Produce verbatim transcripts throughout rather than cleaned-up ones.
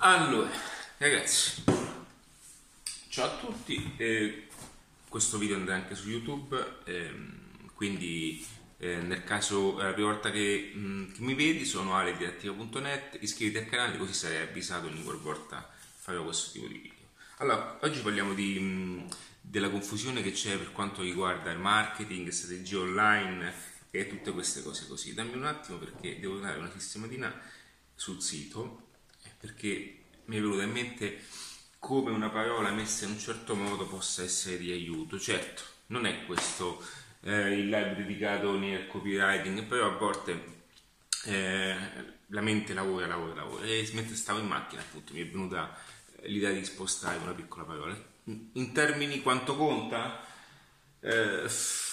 Allora, ragazzi, ciao a tutti. Eh, questo video andrà anche su YouTube, ehm, quindi eh, nel caso è la prima volta che, mh, che mi vedi, sono ale di attiva punto net, iscriviti al canale così sarai avvisato ogni qualvolta farò questo tipo di video. Allora, oggi parliamo di, mh, della confusione che c'è per quanto riguarda il marketing, strategie online e tutte queste cose così. Dammi un attimo perché devo dare una sistematina sul sito, perché mi è venuta in mente come una parola messa in un certo modo possa essere di aiuto. Certo, non è questo eh, il live dedicato nel copywriting, però a volte eh, la mente lavora, lavora, lavora. E mentre stavo in macchina, appunto, mi è venuta eh, l'idea di spostare una piccola parola. In termini quanto conta? Eh,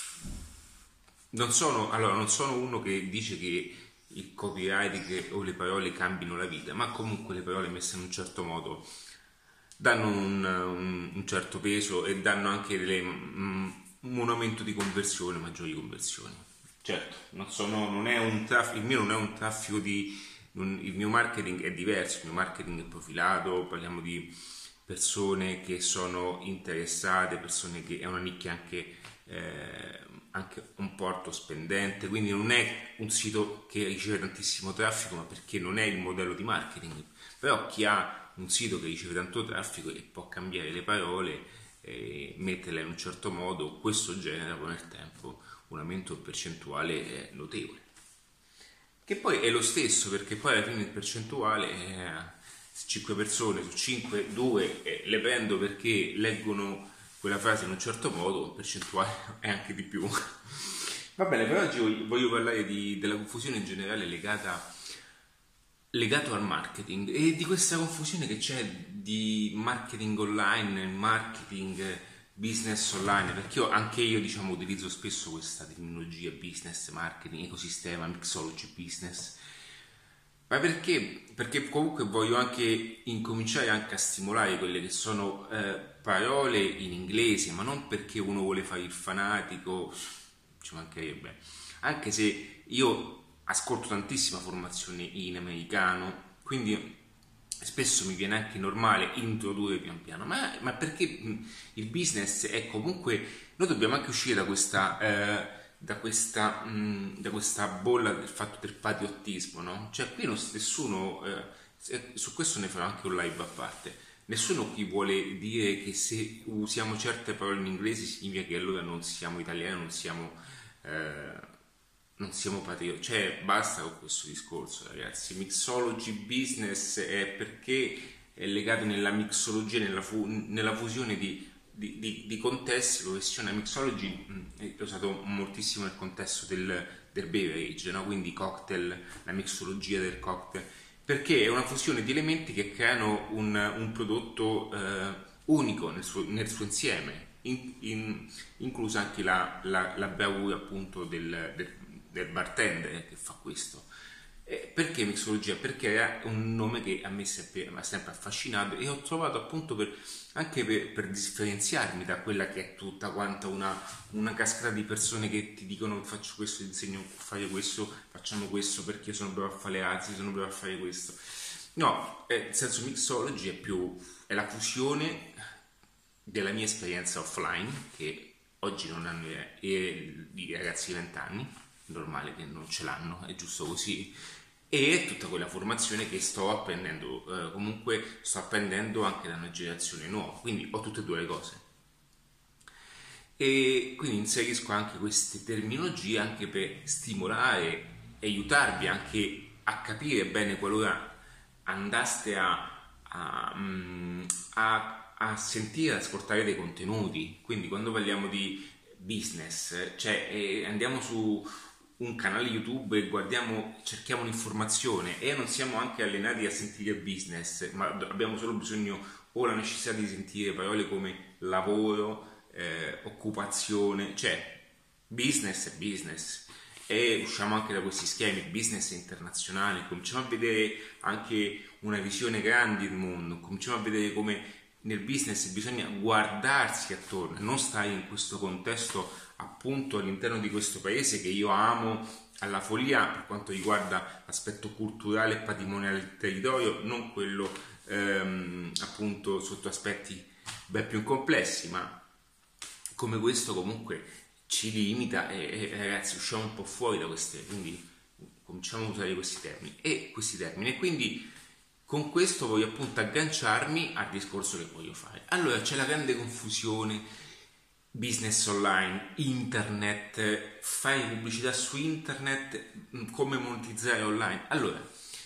non sono, allora, non sono uno che dice che il copywriting o le parole cambino la vita, ma comunque le parole messe in un certo modo danno un, un, un certo peso e danno anche delle, um, un aumento di conversione, maggiori conversioni. Certo, non, sono, non è un traffico, il mio non è un traffico di... Un, il mio marketing è diverso, il mio marketing è profilato, parliamo di persone che sono interessate, persone che è una nicchia anche... Eh, anche un porto spendente, quindi non è un sito che riceve tantissimo traffico, ma perché non è il modello di marketing. Però chi ha un sito che riceve tanto traffico e può cambiare le parole e metterle in un certo modo, questo genera con il tempo un aumento percentuale notevole, che poi è lo stesso, perché poi alla fine il percentuale è cinque persone su cinque, due eh, le prendo perché leggono quella frase in un certo modo, il percentuale è anche di più. Va bene, per oggi voglio parlare di, della confusione in generale legata legato al marketing e di questa confusione che c'è di marketing online, marketing business online, perché io, anche io diciamo utilizzo spesso questa terminologia business, marketing, ecosistema, mixology business. Ma perché? Perché comunque voglio anche incominciare anche a stimolare quelle che sono eh, parole in inglese, ma non perché uno vuole fare il fanatico, ci mancherebbe. Anche se io ascolto tantissima formazione in americano, quindi spesso mi viene anche normale introdurre pian piano, ma, ma perché mh, il business è comunque... Noi dobbiamo anche uscire da questa... Eh, da questa, mh, da questa bolla del fatto del patriottismo, no? Cioè qui non, nessuno, eh, su questo ne farò anche un live a parte, nessuno qui vuole dire che se usiamo certe parole in inglese significa che allora non siamo italiani, non siamo, eh, non siamo patrioti, cioè basta con questo discorso, ragazzi. Mixology business è perché è legato nella mixologia, nella, fu- nella fusione di Di, di, di contesti. La questione mixology è usato moltissimo nel contesto del, del beverage, no? Quindi cocktail, la mixologia del cocktail, perché è una fusione di elementi che creano un, un prodotto eh, unico nel suo, nel suo insieme, in, in, inclusa anche la, la, la bravura appunto del, del, del bartender che fa questo. Eh, perché mixologia? Perché è un nome che a me sempre, mi ha sempre affascinato e ho trovato appunto per, anche per, per differenziarmi da quella che è tutta quanta una, una cascata di persone che ti dicono faccio questo, ti insegno a fare questo, facciamo questo perché io sono bravo a fare le arti, sono bravo a fare questo. No, eh, nel senso mixology è più è la fusione della mia esperienza offline, che oggi non hanno eh, di ragazzi di venti anni, normale che non ce l'hanno, è giusto così, e tutta quella formazione che sto apprendendo, eh, comunque sto apprendendo anche da una generazione nuova, quindi ho tutte e due le cose. E quindi inserisco anche queste terminologie anche per stimolare e aiutarvi anche a capire bene qualora andaste a, a, a, a sentire, ad ascoltare dei contenuti. Quindi quando parliamo di business, cioè eh, andiamo su un canale YouTube e guardiamo, cerchiamo un'informazione e non siamo anche allenati a sentire business, ma abbiamo solo bisogno o la necessità di sentire parole come lavoro, eh, occupazione, cioè business è business. E usciamo anche da questi schemi, business internazionale, cominciamo a vedere anche una visione grande del mondo, cominciamo a vedere come nel business bisogna guardarsi attorno, non stare in questo contesto appunto all'interno di questo paese che io amo alla follia per quanto riguarda l'aspetto culturale e patrimoniale del territorio, non quello ehm, appunto sotto aspetti ben più complessi, ma come questo comunque ci limita e, e ragazzi usciamo un po' fuori da queste, quindi cominciamo a usare questi termini e questi termini e quindi con questo voglio appunto agganciarmi al discorso che voglio fare. Allora c'è la grande confusione business online, internet, fare pubblicità su internet, come monetizzare online. Allora,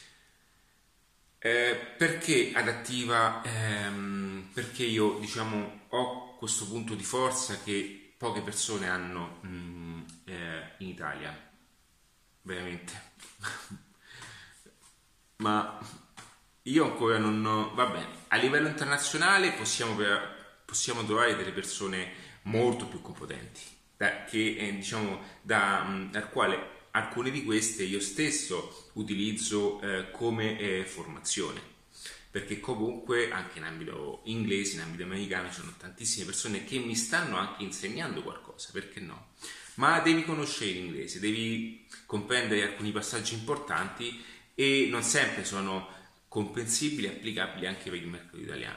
eh, perché adattiva? Ehm, perché io diciamo ho questo punto di forza che poche persone hanno mh, eh, in Italia, veramente. Ma io ancora non ho, va bene, a livello internazionale possiamo, per, possiamo trovare delle persone molto più competenti, da, che, eh, diciamo, da, mh, dal quale alcune di queste io stesso utilizzo eh, come eh, formazione, perché comunque anche in ambito inglese, in ambito americano ci sono tantissime persone che mi stanno anche insegnando qualcosa, perché no? Ma devi conoscere l'inglese, devi comprendere alcuni passaggi importanti e non sempre sono comprensibili e applicabili anche per il mercato italiano.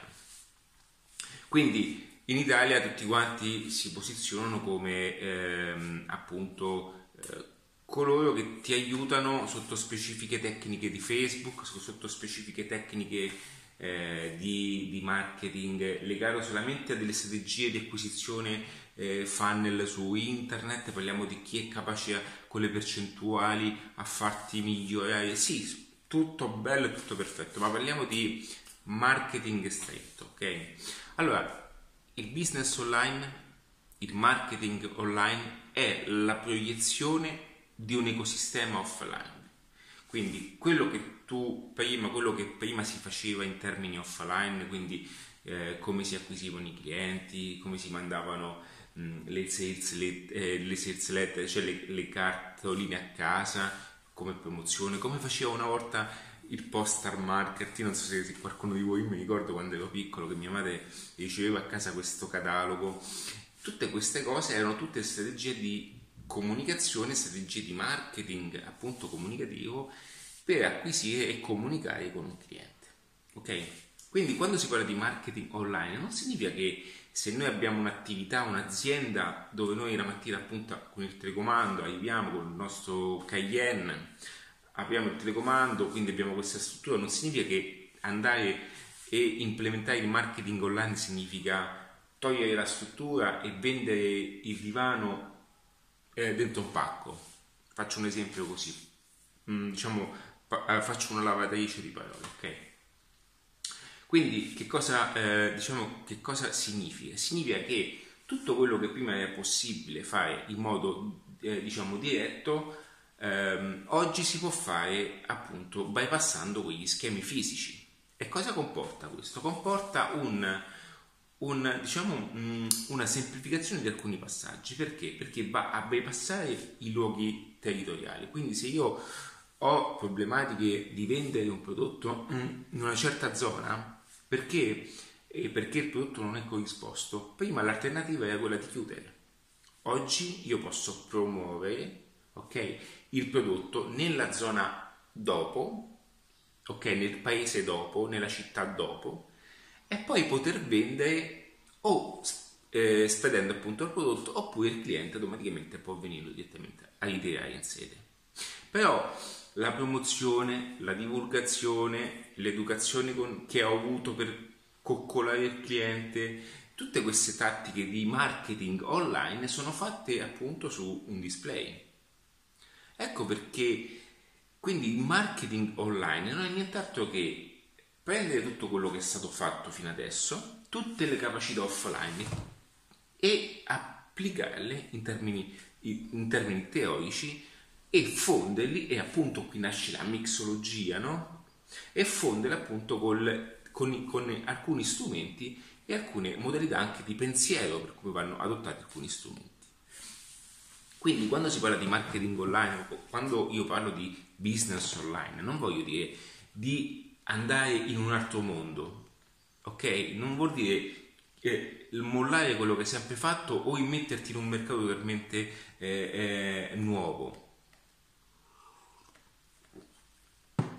Quindi in Italia tutti quanti si posizionano come ehm, appunto eh, coloro che ti aiutano sotto specifiche tecniche di Facebook, sotto specifiche tecniche eh, di, di marketing legate solamente a delle strategie di acquisizione eh, funnel su internet. Parliamo di chi è capace con le percentuali a farti migliorare, sì, tutto bello e tutto perfetto, ma parliamo di marketing stretto, ok? Allora, il business online, il marketing online è la proiezione di un ecosistema offline. Quindi quello che tu prima, quello che prima si faceva in termini offline, quindi eh, come si acquisivano i clienti, come si mandavano mh, le sales, le, eh, le sales letter, cioè le, le cartoline a casa, come promozione, come faceva una volta il postal market. Io non so se qualcuno di voi, mi ricordo quando ero piccolo che mia madre riceveva a casa questo catalogo. Tutte queste cose erano tutte strategie di comunicazione, strategie di marketing appunto comunicativo per acquisire e comunicare con un cliente, ok? Quindi quando si parla di marketing online non significa che se noi abbiamo un'attività, un'azienda dove noi la mattina appunto con il telecomando arriviamo con il nostro Cayenne, apriamo il telecomando, quindi abbiamo questa struttura, non significa che andare e implementare il marketing online significa togliere la struttura e vendere il divano eh, dentro un pacco. Faccio un esempio così, mm, diciamo pa- faccio una lavatrice di parole, ok? Quindi che cosa, eh, diciamo, che cosa significa? Significa che tutto quello che prima era possibile fare in modo eh, diciamo diretto, ehm, oggi si può fare appunto bypassando quegli schemi fisici. E cosa comporta questo? Comporta un, un, diciamo, una semplificazione di alcuni passaggi. Perché? Perché va a bypassare i luoghi territoriali. Quindi se io ho problematiche di vendere un prodotto in una certa zona, perché, eh, perché il prodotto non è corrisposto, prima l'alternativa era quella di chiudere. Oggi io posso promuovere, ok, il prodotto nella zona dopo, ok, nel paese dopo, nella città dopo, e poi poter vendere o eh, spedendo appunto il prodotto, oppure il cliente automaticamente può venirlo direttamente a ritirare in sede. Però la promozione, la divulgazione, l'educazione con, che ho avuto per coccolare il cliente, tutte queste tattiche di marketing online sono fatte appunto su un display. Ecco perché quindi il marketing online non è nient'altro che prendere tutto quello che è stato fatto fino adesso, tutte le capacità offline e applicarle in termini, in termini teorici e fonderli, e appunto qui nasce la mixologia, no? E fonderli appunto col, con, con alcuni strumenti e alcune modalità anche di pensiero per come vanno adottati alcuni strumenti. Quindi quando si parla di marketing online, quando io parlo di business online, non voglio dire di andare in un altro mondo, ok? Non vuol dire eh, mollare quello che hai sempre fatto o immetterti in un mercato totalmente eh, eh, nuovo.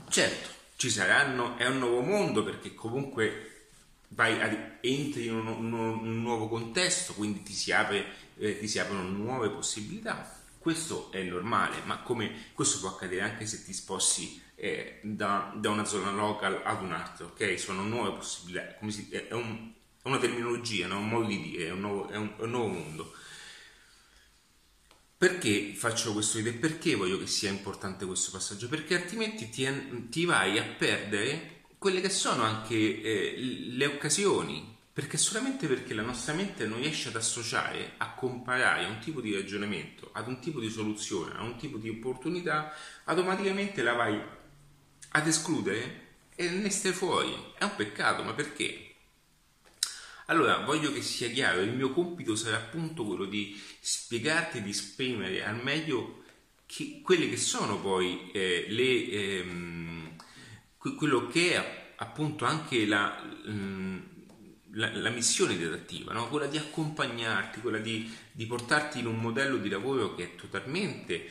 Certo, ci saranno, è un nuovo mondo perché comunque vai ad, entri in un, un- un nuovo contesto, quindi ti si apre, eh, ti si aprono nuove possibilità. Questo è normale, ma come questo può accadere anche se ti sposti eh, da, da una zona local ad un'altra, ok? Sono nuove possibilità, come si- è, un- è una terminologia, no? Un modo di dire, è un nuovo, è un- è un nuovo mondo. Perché faccio questo video e perché voglio che sia importante questo passaggio? Perché altrimenti ti, ti vai a perdere quelle che sono anche eh, le occasioni. Perché solamente perché la nostra mente non riesce ad associare, a comparare un tipo di ragionamento ad un tipo di soluzione, a un tipo di opportunità, automaticamente la vai ad escludere e ne stai fuori. È un peccato, ma perché? Allora, voglio che sia chiaro, il mio compito sarà appunto quello di spiegarti, di esprimere al meglio che- quelle che sono poi eh, le, ehm, que- quello che è appunto anche la, mm, la, la missione di Adattiva, no? Quella di accompagnarti, quella di, di portarti in un modello di lavoro che è totalmente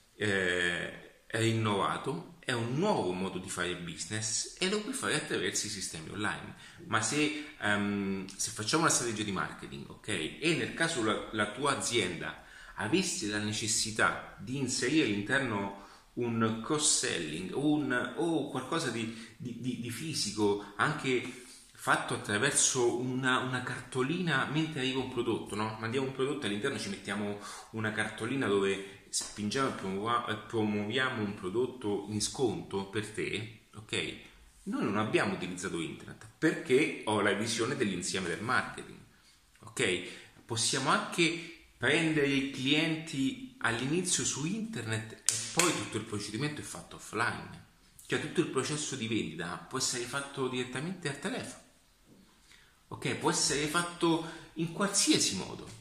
eh, è innovato, è un nuovo modo di fare business e lo puoi fare attraverso i sistemi online. Ma se, ehm, se facciamo una strategia di marketing, ok, e nel caso la, la tua azienda avesse la necessità di inserire all'interno un cross-selling un, o qualcosa di, di, di, di fisico, anche fatto attraverso una, una cartolina mentre arriva un prodotto, no? Mandiamo un prodotto, all'interno ci mettiamo una cartolina dove spingiamo e promuova- e promuoviamo un prodotto in sconto per te, ok? Noi non abbiamo utilizzato internet perché ho la visione dell'insieme del marketing, ok? Possiamo anche prendere i clienti all'inizio su internet e poi tutto il procedimento è fatto offline, cioè tutto il processo di vendita può essere fatto direttamente al telefono, ok? Può essere fatto in qualsiasi modo.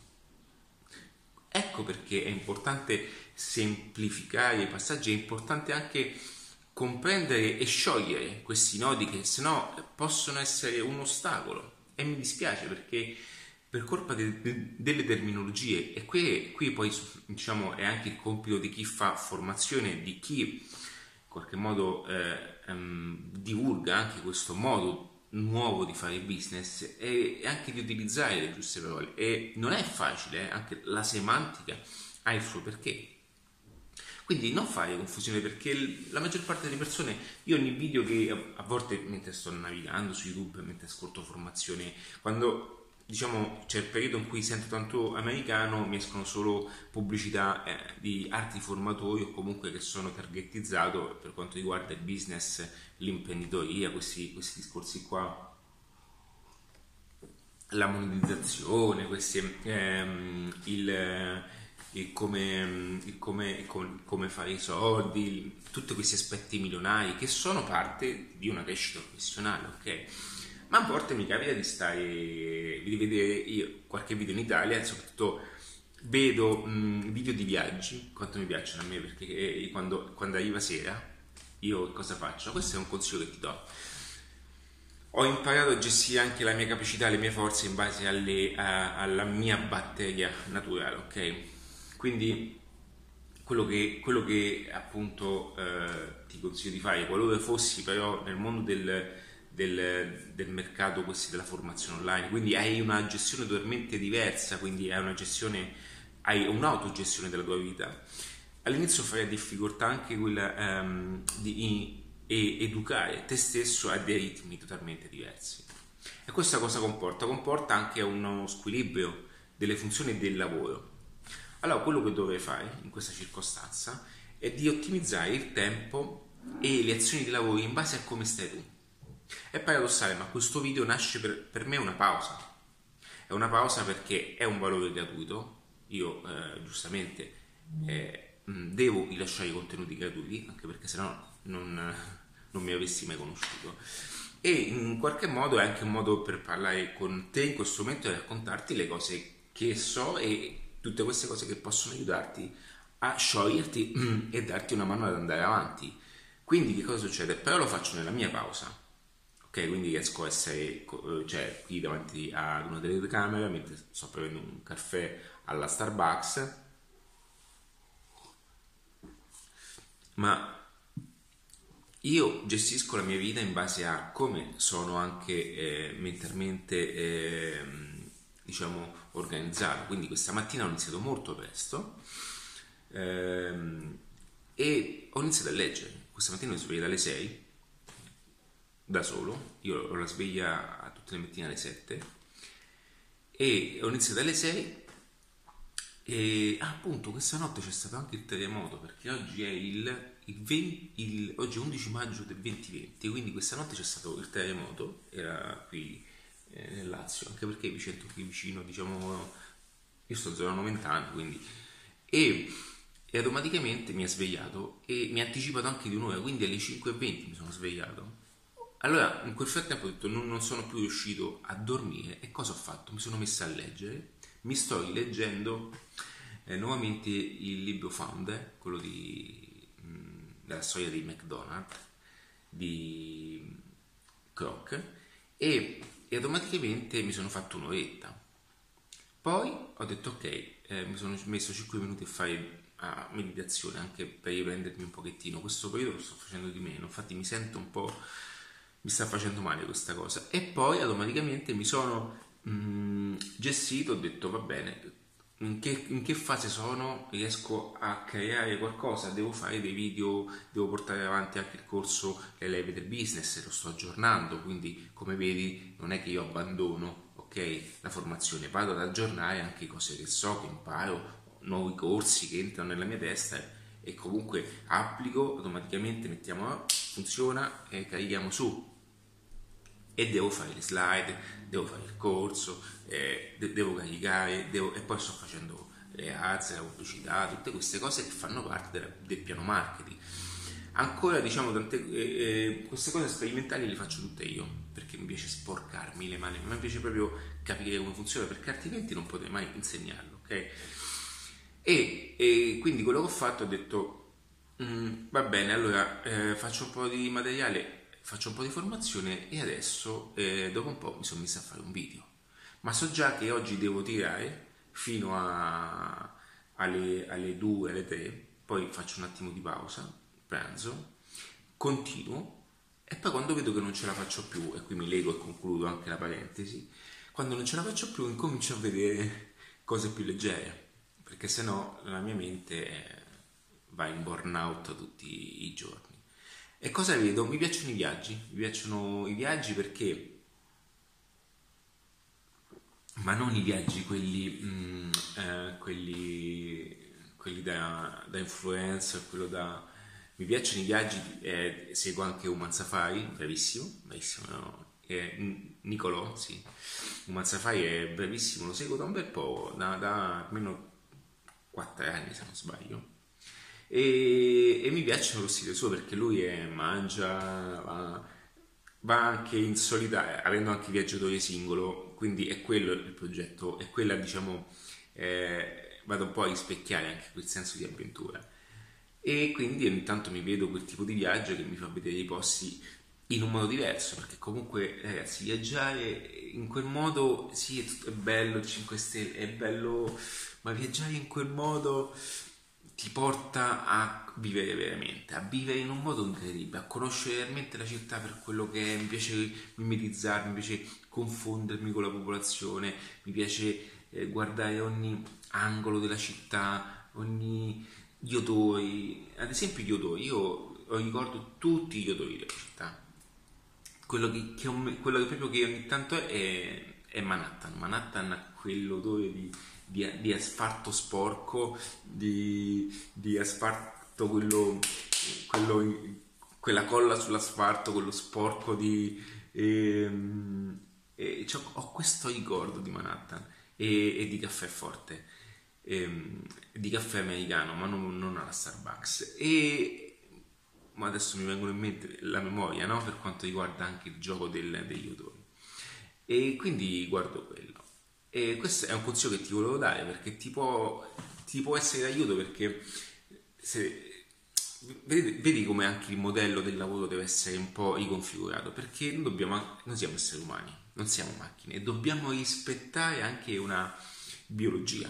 Ecco perché è importante semplificare i passaggi, è importante anche comprendere e sciogliere questi nodi che sennò possono essere un ostacolo. E mi dispiace perché per colpa de- de- delle terminologie, e qui, qui poi diciamo è anche il compito di chi fa formazione, di chi in qualche modo eh, ehm, divulga anche questo modo nuovo di fare business e, e anche di utilizzare le giuste parole. E non è facile, eh, anche la semantica ha il suo perché. Quindi non fare confusione perché il- la maggior parte delle persone, io ogni video che a, a volte mentre sto navigando su YouTube, mentre ascolto formazione, quando diciamo c'è il periodo in cui sento tanto americano, mi escono solo pubblicità eh, di altri formatori o comunque che sono targetizzato per quanto riguarda il business, l'imprenditoria, questi, questi discorsi qua, la monetizzazione, questi, ehm, il, il come, il come, il come, come fare i soldi, tutti questi aspetti milionari che sono parte di una crescita professionale, ok? Ma a volte mi capita di stare, di vedere io qualche video in Italia, e soprattutto vedo mh, video di viaggi, quanto mi piacciono a me, perché eh, quando, quando arriva sera, io cosa faccio? Questo è un consiglio che ti do. Ho imparato a gestire anche la mia capacità, le mie forze in base alle, a- alla mia batteria naturale, ok? Quindi quello che, quello che appunto eh, ti consiglio di fare, qualora fossi però nel mondo del, del, del mercato questi della formazione online, quindi hai una gestione totalmente diversa, quindi hai una gestione, hai un'autogestione della tua vita. All'inizio farai difficoltà anche quella ehm, di e educare te stesso a dei ritmi totalmente diversi. E questa cosa comporta? Comporta anche uno squilibrio delle funzioni del lavoro. Allora, quello che dovrei fare in questa circostanza è di ottimizzare il tempo e le azioni di lavoro in base a come stai tu. È paradossale, ma questo video nasce per, per me una pausa. È una pausa perché è un valore gratuito. Io, eh, giustamente, eh, mh, devo rilasciare i contenuti gratuiti, anche perché sennò non, non mi avresti mai conosciuto. E in qualche modo è anche un modo per parlare con te in questo momento e raccontarti le cose che so e tutte queste cose che possono aiutarti a scioglierti e darti una mano ad andare avanti. Quindi che cosa succede? Però lo faccio nella mia pausa. Ok, quindi riesco a essere co- cioè, qui davanti ad una telecamera mentre sto prendendo un caffè alla Starbucks, ma io gestisco la mia vita in base a come sono anche eh, mentalmente eh, diciamo organizzato. Quindi questa mattina ho iniziato molto presto ehm, e ho iniziato a leggere. Questa mattina mi sono svegliato alle sei da solo, io ho la sveglia tutte le mattine alle sette e ho iniziato alle sei e ah, appunto questa notte c'è stato anche il terremoto, perché oggi è il, il venti, il, oggi è undici maggio del duemilaventi, quindi questa notte c'è stato il terremoto, era qui eh, nel Lazio, anche perché mi sento qui vicino, diciamo, io sto in zona Noventana, quindi e, e automaticamente mi ha svegliato e mi ha anticipato anche di un'ora, quindi alle cinque e venti mi sono svegliato. Allora, in quel frattempo ho detto non, non sono più riuscito a dormire e cosa ho fatto? Mi sono messo a leggere, mi sto rileggendo eh, nuovamente il libro Founder, quello di, mh, della storia di McDonald's, di Kroc, e, e automaticamente mi sono fatto un'oretta. Poi ho detto ok, eh, mi sono messo cinque minuti a fare a meditazione anche per riprendermi un pochettino. Questo periodo lo sto facendo di meno, infatti mi sento un po', mi sta facendo male questa cosa. E poi automaticamente mi sono mh, gestito, ho detto va bene, in che, in che fase sono, riesco a creare qualcosa, devo fare dei video, devo portare avanti anche il corso Le leve del business, lo sto aggiornando, quindi come vedi non è che io abbandono ok la formazione, vado ad aggiornare anche cose che so, che imparo, nuovi corsi che entrano nella mia testa e comunque applico automaticamente, mettiamo funziona e carichiamo su e devo fare le slide, devo fare il corso, eh, de- devo caricare devo, e poi sto facendo le ads, la pubblicità, tutte queste cose che fanno parte della- del piano marketing. Ancora diciamo tante, eh, eh, queste cose sperimentali le faccio tutte io perché mi piace sporcarmi le mani, mi piace proprio capire come funziona perché altrimenti non potrei mai insegnarlo, ok? E, e quindi quello che ho fatto ho detto "Mm, va bene, allora eh, faccio un po' di materiale, faccio un po' di formazione e adesso eh, dopo un po' mi sono messo a fare un video, ma so già che oggi devo tirare fino a, alle, alle due, alle tre, poi faccio un attimo di pausa, pranzo, continuo e poi quando vedo che non ce la faccio più, e qui mi lego e concludo anche la parentesi, quando non ce la faccio più incomincio a vedere cose più leggere, perché sennò la mia mente eh, va in burnout tutti i giorni. E cosa vedo? Mi piacciono i viaggi, mi piacciono i viaggi perché, ma non i viaggi quelli, mm, eh, quelli, quelli da, da influencer, quello da... Mi piacciono i viaggi, eh, seguo anche Uman Safari, bravissimo, bravissimo, no? Eh, N- Nicolò, sì, Uman Safari è bravissimo, lo seguo da un bel po', da, da almeno quattro anni se non sbaglio. E, e mi piacciono lo stile suo perché lui è, mangia, va, va anche in solitaria, avendo anche viaggiatore singolo, quindi è quello il progetto, è quella diciamo, eh, vado un po' a rispecchiare anche quel senso di avventura. E quindi ogni tanto mi vedo quel tipo di viaggio che mi fa vedere i posti in un modo diverso, perché comunque ragazzi viaggiare in quel modo sì è, tutto, è bello il cinque Stelle, è bello, ma viaggiare in quel modo ti porta a vivere veramente, a vivere in un modo incredibile, a conoscere veramente la città per quello che è, mi piace mimetizzarmi, mi piace confondermi con la popolazione, mi piace eh, guardare ogni angolo della città, ogni gli odori, ad esempio gli odori, io ricordo tutti gli odori della città, quello che, che ho- quello che proprio che ogni tanto è, è Manhattan. Manhattan ha quell'odore di, di, di asfalto sporco, di, di asfalto, quello, quello, quella colla sull'asfalto, quello sporco di... ehm, e c'ho- ho questo ricordo di Manhattan e, e di caffè forte, ehm, di caffè americano, ma non, non alla Starbucks. E ma adesso mi vengono in mente la memoria, no? Per quanto riguarda anche il gioco del, degli odori. E quindi guardo quello. E questo è un consiglio che ti volevo dare perché ti può, ti può essere d'aiuto perché se, vedi, vedi come anche il modello del lavoro deve essere un po' riconfigurato perché noi, dobbiamo, noi siamo esseri umani, non siamo macchine e dobbiamo rispettare anche una biologia.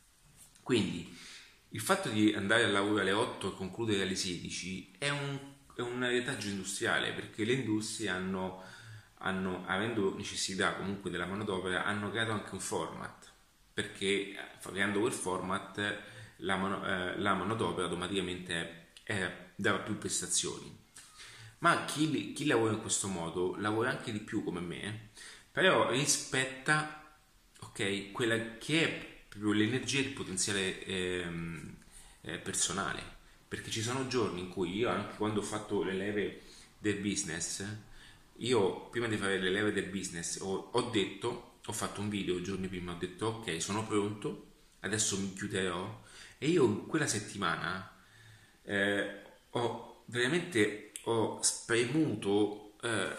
Quindi il fatto di andare al lavoro alle otto e concludere alle sedici è un, è un retaggio industriale, perché le industrie hanno, hanno, avendo necessità comunque della manodopera, hanno creato anche un format, perché creando quel format la, mano, eh, la manodopera automaticamente eh, dava più prestazioni. Ma chi, chi lavora in questo modo lavora anche di più come me, però rispetta, ok, quella che è proprio l'energia e il potenziale ehm, eh, personale, perché ci sono giorni in cui io, anche quando ho fatto le leve del business, io prima di fare le leve del business ho, ho detto, ho fatto un video giorni prima, ho detto ok, sono pronto, adesso mi chiuderò, e io in quella settimana eh, ho veramente ho spremuto eh,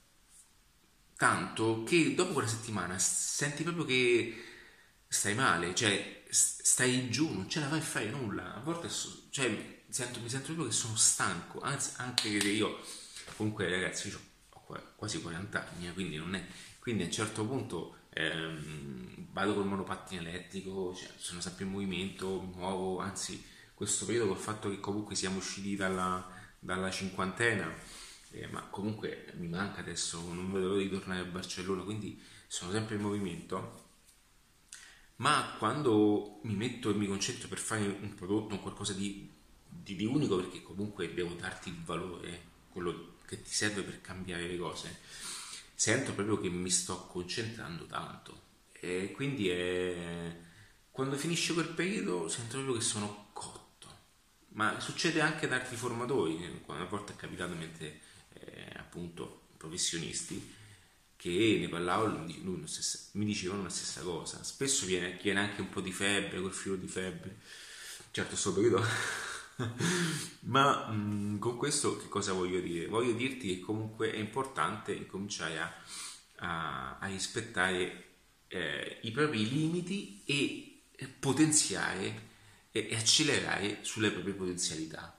tanto che dopo quella settimana senti proprio che stai male, cioè stai giù, non ce la fai a fare nulla. A volte so- cioè, mi, sento, mi sento proprio che sono stanco, anzi, anche che io comunque ragazzi io ho qua- quasi quaranta anni, eh, quindi non è, quindi a un certo punto ehm, vado col monopattino elettrico, cioè, sono sempre in movimento, mi muovo, anzi questo periodo col fatto che comunque siamo usciti dalla, dalla cinquantena, eh, ma comunque mi manca adesso, non vedo l'ora di tornare a Barcellona, quindi sono sempre in movimento. Ma quando mi metto e mi concentro per fare un prodotto, un qualcosa di, di, di unico, perché comunque devo darti il valore, quello che ti serve per cambiare le cose, sento proprio che mi sto concentrando tanto. E quindi è... quando finisce quel periodo sento proprio che sono cotto. Ma succede anche ad altri formatori, a volte è capitato mentre eh, appunto professionisti che ne parlavo, lui lui stessa- mi dicevano la stessa cosa. Spesso viene, viene anche un po' di febbre, quel filo di febbre. Certo, sto periodo. Ma mh, con questo che cosa voglio dire? Voglio dirti che comunque è importante incominciare a, a- a rispettare eh, i propri limiti e eh, potenziare e, e accelerare sulle proprie potenzialità.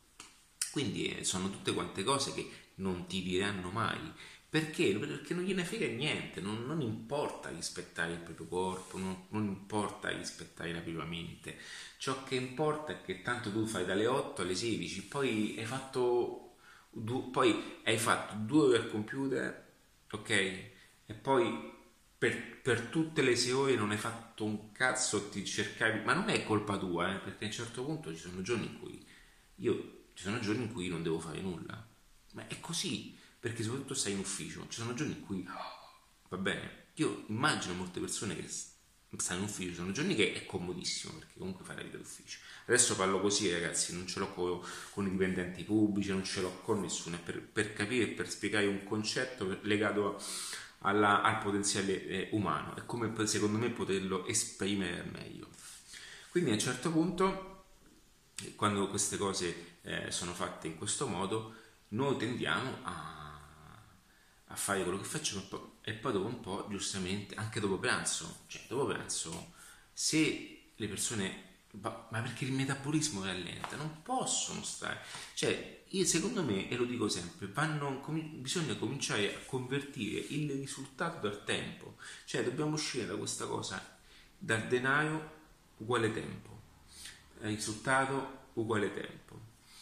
Quindi eh, sono tutte quante cose che non ti diranno mai. Perché? Perché non gliene frega niente, non, non importa rispettare il proprio corpo, non, non importa rispettare la propria mente. Ciò che importa è che tanto tu fai dalle otto alle sedici, poi hai fatto, du- poi hai fatto due ore al computer, ok? E poi per, per tutte le sei ore non hai fatto un cazzo, ti cercavi, ma non è colpa tua, eh, perché a un certo punto ci sono giorni in cui io, ci sono giorni in cui non devo fare nulla, ma è così, perché soprattutto stai in ufficio, ci sono giorni in cui va bene, io immagino molte persone che s- stanno in ufficio, sono giorni che è comodissimo perché comunque fai la vita d'ufficio. Adesso parlo così ragazzi, non ce l'ho co- con, i dipendenti pubblici, non ce l'ho con nessuno, è per, per capire, per spiegare un concetto per- legato alla- al potenziale eh, umano e come poi, secondo me poterlo esprimere al meglio. Quindi a un certo punto, quando queste cose eh, sono fatte in questo modo, noi tendiamo a, a fare quello che facciamo e poi, e poi dopo un po', giustamente, anche dopo pranzo, cioè dopo pranzo, se le persone, ma ma perché il metabolismo rallenta, non possono stare, cioè io, secondo me, e lo dico sempre, vanno, com- bisogna cominciare a convertire il risultato dal tempo, cioè dobbiamo uscire da questa cosa, dal denaro uguale tempo, risultato uguale tempo,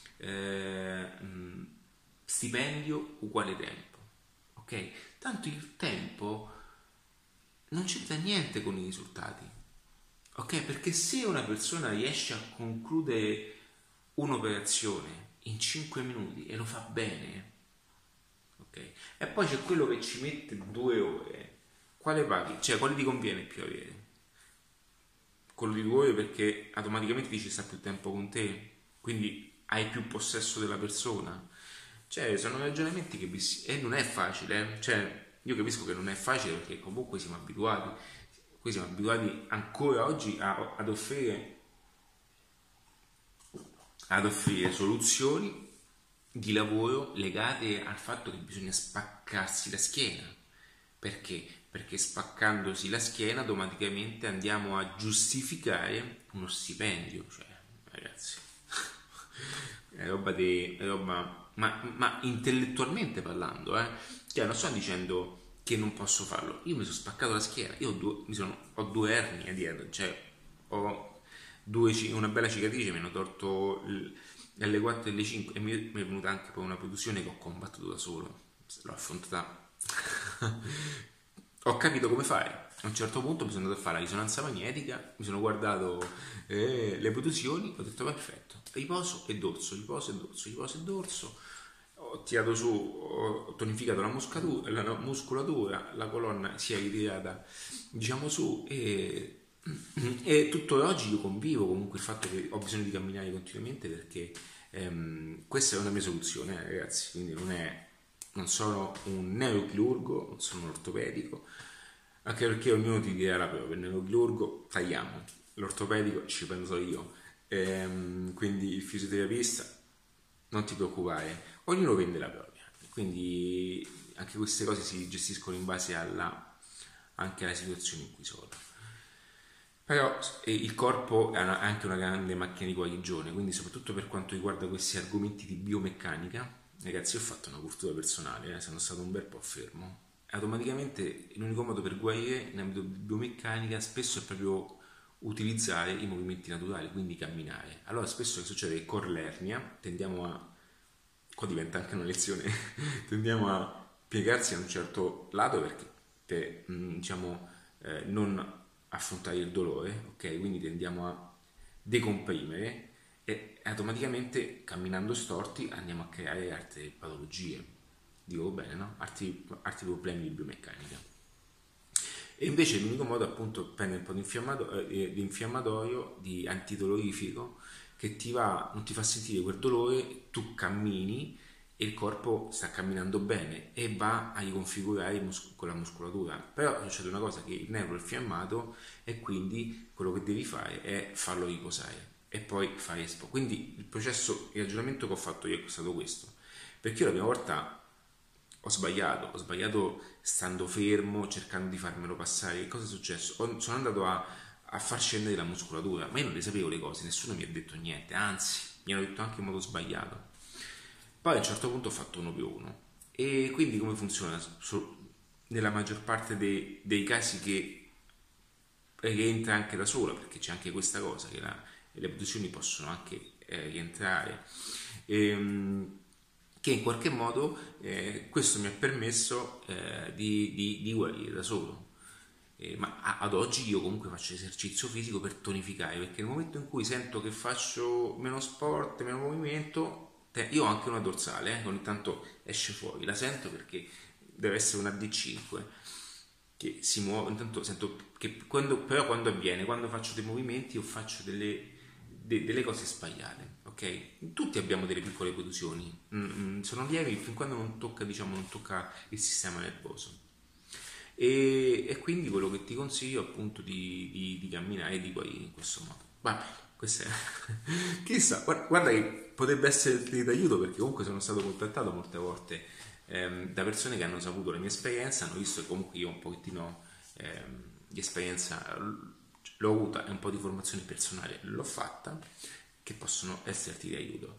eh, mh, stipendio uguale tempo, ok? Tanto il tempo non c'entra niente con i risultati, ok? Perché se una persona riesce a concludere un'operazione in cinque minuti e lo fa bene, ok? E poi c'è quello che ci mette due ore, quale paghi? Cioè, quale ti conviene più avere? Quello di due ore perché automaticamente dici sta più tempo con te, quindi hai più possesso della persona. Cioè, sono ragionamenti che bis- e non è facile, eh. Cioè, io capisco che non è facile perché comunque siamo abituati, qui siamo abituati ancora oggi a- ad offrire ad offrire soluzioni di lavoro legate al fatto che bisogna spaccarsi la schiena. Perché? Perché spaccandosi la schiena automaticamente andiamo a giustificare uno stipendio. Cioè, ragazzi, è roba di... È roba, ma, ma intellettualmente parlando, eh? Cioè, non sto dicendo che non posso farlo. Io mi sono spaccato la schiena, io ho due, mi sono, ho due ernie dietro, cioè ho due, una bella cicatrice, mi hanno tolto il, e alle quattro e alle cinque, e mi, mi è venuta anche poi una produzione che ho combattuto da solo, l'ho affrontata. Ho capito come fare. A un certo punto mi sono andato a fare la risonanza magnetica, mi sono guardato eh, le produzioni, ho detto perfetto, riposo e dorso, riposo e dorso, riposo e dorso. Ho tirato su, ho tonificato la muscolatura, la muscolatura, la colonna si è ritirata, diciamo, su, e, e tutto oggi io convivo comunque il fatto che ho bisogno di camminare continuamente, perché ehm, questa è una mia soluzione, eh, ragazzi, quindi non è, non sono un neurochirurgo, non sono un ortopedico, anche perché ognuno ti dirà la propria. Il neurochirurgo tagliamo, l'ortopedico ci penso io, ehm, quindi il fisioterapista non ti preoccupare, ognuno vende la propria, quindi anche queste cose si gestiscono in base alla, anche alla situazione in cui sono. Però eh, il corpo è una- anche una grande macchina di guarigione, quindi soprattutto per quanto riguarda questi argomenti di biomeccanica, ragazzi, ho fatto una cultura personale, eh, sono stato un bel po' fermo. Automaticamente l'unico modo per guarire in ambito di biomeccanica spesso è proprio utilizzare i movimenti naturali, quindi camminare. Allora spesso che succede che con l'ernia tendiamo a, qua diventa anche una lezione, tendiamo a piegarsi a un certo lato perché per, mh, diciamo, eh, non affrontare il dolore, ok? Quindi tendiamo a decomprimere e automaticamente camminando storti andiamo a creare altre patologie, dico bene, no? Altri, altri problemi di biomeccanica. E invece l'unico modo appunto è prendere un po' di, infiammato- eh, di infiammatorio, di antidolorifico, che ti va, non ti fa sentire quel dolore, tu cammini e il corpo sta camminando bene e va a riconfigurare il mus- con la muscolatura. Però succede una cosa, che il nervo è infiammato e quindi quello che devi fare è farlo riposare e poi fare espo. Quindi il processo, il ragionamento che ho fatto io è stato questo, perché io la prima volta ho sbagliato, ho sbagliato stando fermo, cercando di farmelo passare. Che cosa è successo? Ho- sono andato a, a far scendere la muscolatura, ma io non le sapevo le cose, nessuno mi ha detto niente, anzi, mi hanno detto anche in modo sbagliato. Poi a un certo punto ho fatto uno più uno. E quindi come funziona? So- nella maggior parte dei, dei casi che rientra anche da sola, perché c'è anche questa cosa, che la- le posizioni possono anche eh, rientrare. Ehm, che in qualche modo eh, questo mi ha permesso eh, di, di, di guarire da solo. Eh, ma a- ad oggi io comunque faccio esercizio fisico per tonificare, perché nel momento in cui sento che faccio meno sport, meno movimento, te- io ho anche una dorsale, eh, ogni tanto esce fuori, la sento perché deve essere una D cinque che si muove, intanto sento che quando, però quando avviene, quando faccio dei movimenti o faccio delle, de- delle cose sbagliate, ok? Tutti abbiamo delle piccole contusioni, mm, mm, sono lievi fin quando non tocca, diciamo, non tocca il sistema nervoso. E, e quindi quello che ti consiglio è appunto di, di, di camminare di poi in questo modo. Vabbè, questo è... chissà, guarda, guarda che potrebbe essere di d'aiuto, perché comunque sono stato contattato molte volte ehm, da persone che hanno saputo la mia esperienza, hanno visto che comunque io un pochettino ehm, di esperienza l'ho avuta e un po' di formazione personale l'ho fatta, che possono esserti di aiuto.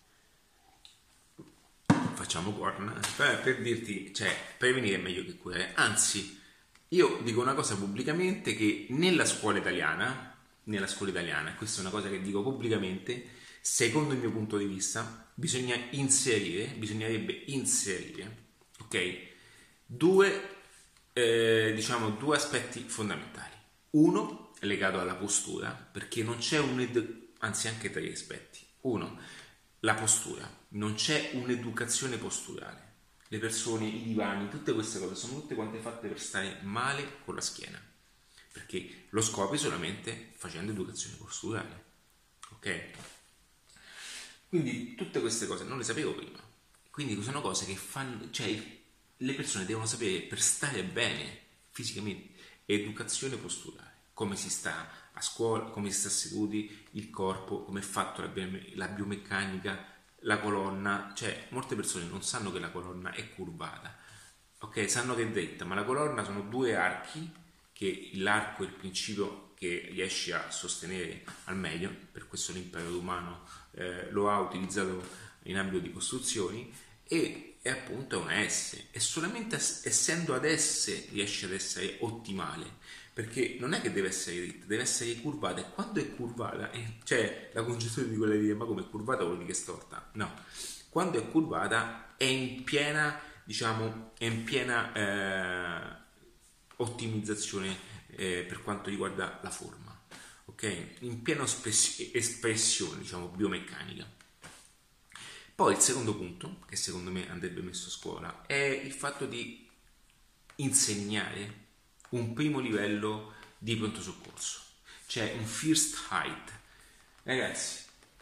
Facciamo corna per, per dirti, cioè, prevenire è meglio che curare. Anzi, io dico una cosa pubblicamente, che nella scuola italiana, nella scuola italiana, questa è una cosa che dico pubblicamente, secondo il mio punto di vista, bisogna inserire, bisognerebbe inserire, ok, due, eh, diciamo, due aspetti fondamentali. Uno è legato alla postura, perché non c'è un, ed- anzi anche tre aspetti. Uno, la postura, non c'è un'educazione posturale. Le persone, i divani, tutte queste cose sono tutte quante fatte per stare male con la schiena, perché lo scopri solamente facendo educazione posturale, ok? Quindi tutte queste cose non le sapevo prima, quindi sono cose che fanno, cioè le persone devono sapere per stare bene fisicamente, educazione posturale, come si sta a scuola, come si sta seduti, il corpo, come è fatto la, bio- la biomeccanica, la colonna, cioè molte persone non sanno che la colonna è curvata, ok, sanno che è dritta, ma la colonna sono due archi, che l'arco è il principio che riesce a sostenere al meglio, per questo l'impero romano eh, lo ha utilizzato in ambito di costruzioni, e è appunto una S, e solamente essendo ad S riesce ad essere ottimale, perché non è che deve essere dritta, deve essere curvata, e quando è curvata, eh, cioè la concezione di quella di dire ma come è curvata vuol dire che è storta, no, quando è curvata è in piena, diciamo, è in piena eh, ottimizzazione eh, per quanto riguarda la forma, ok? In piena espress- espressione, diciamo, biomeccanica. Poi il secondo punto, che secondo me andrebbe messo a scuola, è il fatto di insegnare un primo livello di pronto soccorso, cioè un first aid. Ragazzi,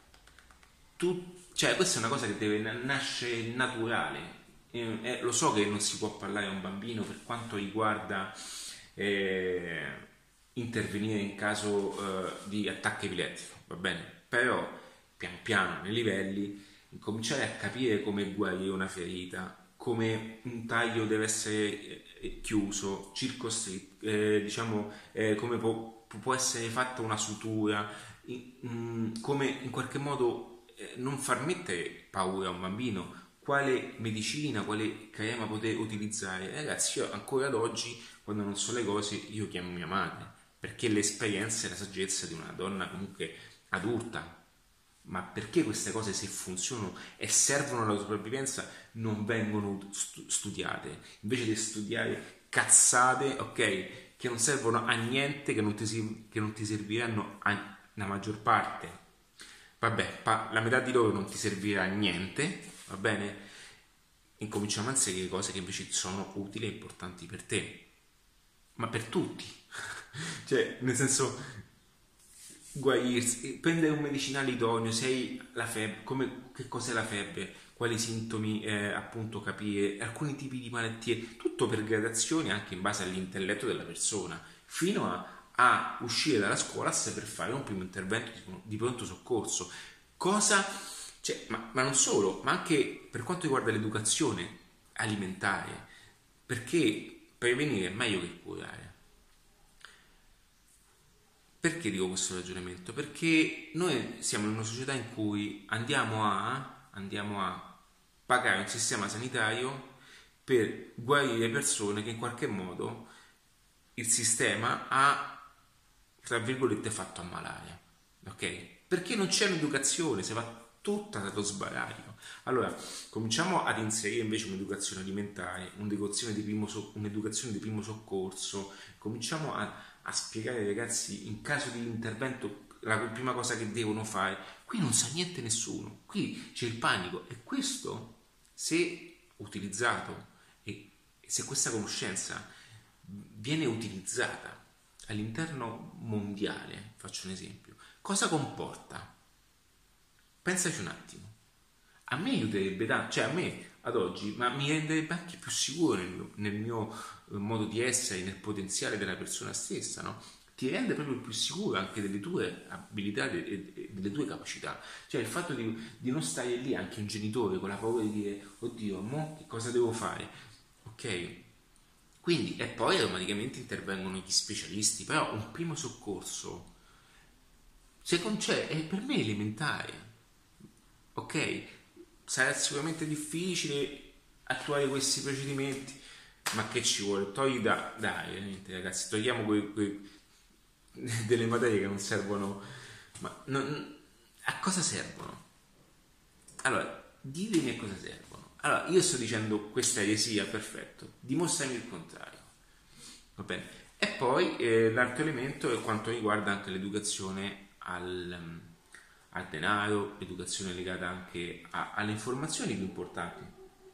tu, cioè, questa è una cosa che deve nascere naturale. Eh, eh, lo so che non si può parlare a un bambino per quanto riguarda eh, intervenire in caso eh, di attacco epilettico, va bene? Però pian piano nei livelli incominciare a capire come guarire una ferita, come un taglio deve essere eh, chiuso, circoscritto, eh, diciamo eh, come può, può essere fatta una sutura, in, mh, come in qualche modo eh, non far mettere paura a un bambino, quale medicina, quale crema poter utilizzare. Ragazzi, io ancora ad oggi, quando non so le cose, io chiamo mia madre, perché l'esperienza e la saggezza di una donna comunque adulta. Ma perché queste cose, se funzionano e servono alla sopravvivenza, non vengono stu- studiate? Invece di studiare cazzate, ok, che non servono a niente, che non ti, si- che non ti serviranno a la maggior parte. Vabbè, pa- la metà di loro non ti servirà a niente, va bene? Incominciamo a inserire cose che invece sono utili e importanti per te, ma per tutti. Cioè, nel senso, guarirsi, prendere un medicinale idoneo, se hai la febbre, come, che cos'è la febbre, quali sintomi eh, appunto capire, alcuni tipi di malattie, tutto per gradazioni anche in base all'intelletto della persona, fino a, a uscire dalla scuola a saper fare un primo intervento di, di pronto soccorso. Cosa, cioè, ma, ma non solo, ma anche per quanto riguarda l'educazione alimentare, perché prevenire è meglio che curare. Perché dico questo ragionamento? Perché noi siamo in una società in cui andiamo a, andiamo a pagare un sistema sanitario per guarire persone che in qualche modo il sistema ha, tra virgolette, fatto ammalare. Ok? Perché non c'è un'educazione, si va tutta dallo sbaraglio. Allora, cominciamo ad inserire invece un'educazione alimentare, un'educazione di primo, so- un'educazione di primo soccorso, cominciamo a a spiegare ai ragazzi in caso di intervento la prima cosa che devono fare. Qui non sa niente nessuno, qui c'è il panico, e questo, se utilizzato e se questa conoscenza viene utilizzata all'interno mondiale, faccio un esempio, cosa comporta? Pensaci un attimo. A me aiuterebbe tanto, cioè a me ad oggi, ma mi renderebbe anche più sicuro nel mio, nel mio modo di essere, nel potenziale della persona stessa, no? Ti rende proprio più sicuro anche delle tue abilità e de, delle tue capacità. Cioè il fatto di, di non stare lì, anche un genitore, con la paura di dire oddio, mo che cosa devo fare? Ok? Quindi, e poi automaticamente intervengono gli specialisti, però un primo soccorso, secondo, cioè, è per me elementare. Ok? Sarà sicuramente difficile attuare questi procedimenti, ma che ci vuole? Togli da, dai, veramente, ragazzi, togliamo quei, quei, delle materie che non servono, ma non, a cosa servono? Allora, ditemi a cosa servono. Allora, io sto dicendo questa eresia, perfetto, dimostrami il contrario, va bene? E poi eh, l'altro elemento è quanto riguarda anche l'educazione al al denaro, educazione legata anche a, alle informazioni più importanti,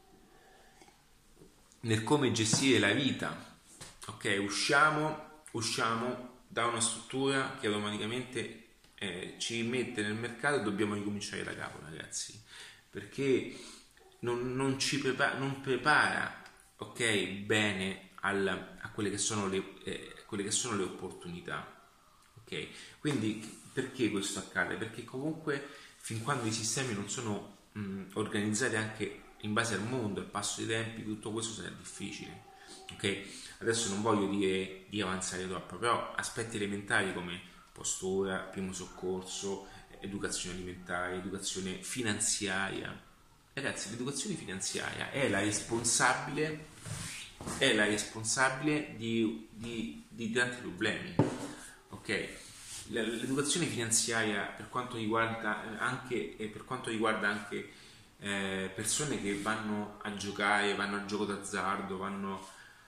nel come gestire la vita. Ok, usciamo, usciamo da una struttura che automaticamente eh, ci mette nel mercato e dobbiamo ricominciare da capo, ragazzi, perché non, non ci prepara, non prepara, ok, bene al, a quelle che sono le, eh, quelle che sono le opportunità. Ok, quindi perché questo accade? Perché comunque fin quando i sistemi non sono mh, organizzati anche in base al mondo, al passo dei tempi, tutto questo sarà difficile. Ok, adesso non voglio dire di avanzare troppo, però aspetti elementari come postura, primo soccorso, educazione alimentare, educazione finanziaria. Ragazzi, l'educazione finanziaria è la responsabile è la responsabile di, di, di tanti problemi. Ok? L'educazione finanziaria, per quanto riguarda anche, per quanto riguarda anche eh, persone che vanno a giocare, vanno al gioco d'azzardo, vanno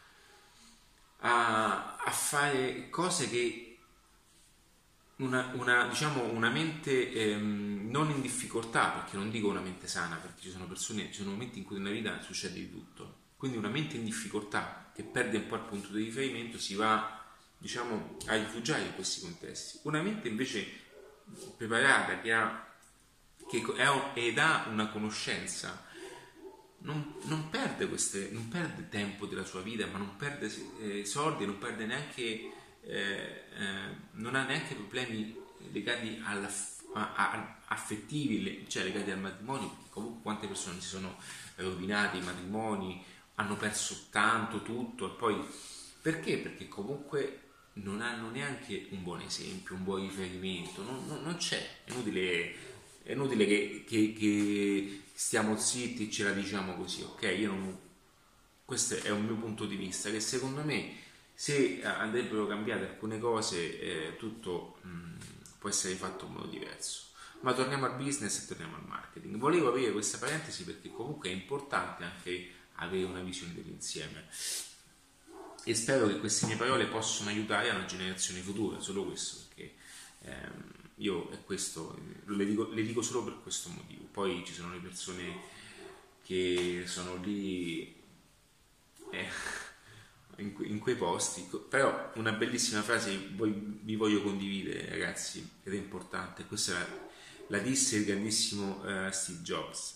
a, a fare cose che una, una, diciamo, una mente ehm, non in difficoltà, perché non dico una mente sana, perché ci sono persone, ci sono momenti in cui nella vita succede di tutto, quindi una mente in difficoltà che perde un po' il punto di riferimento si va, diciamo, a rifugiare in questi contesti. Una mente invece preparata, che ha che è, ed ha una conoscenza, non, non perde queste, non perde tempo della sua vita, ma non perde eh, soldi, non perde neanche eh, eh, non ha neanche problemi legati alla, a, a, affettivi, cioè legati al matrimonio, perché comunque quante persone si sono rovinati i matrimoni, hanno perso tanto, tutto, e poi perché? Perché comunque non hanno neanche un buon esempio, un buon riferimento, non, non, non c'è, è inutile, è inutile che, che, che stiamo zitti e ce la diciamo così, ok? Io non, questo è un mio punto di vista, che secondo me se andrebbero cambiate alcune cose eh, tutto mh, può essere fatto in modo diverso. Ma torniamo al business e torniamo al marketing. Volevo aprire questa parentesi perché comunque è importante anche avere una visione dell'insieme e spero che queste mie parole possano aiutare una generazione futura, solo questo, perché ehm, io è questo, le dico, le dico solo per questo motivo. Poi ci sono le persone che sono lì eh, in, que- in quei posti, però una bellissima frase voi, vi voglio condividere, ragazzi, ed è importante. Questa la, la disse il grandissimo uh, Steve Jobs,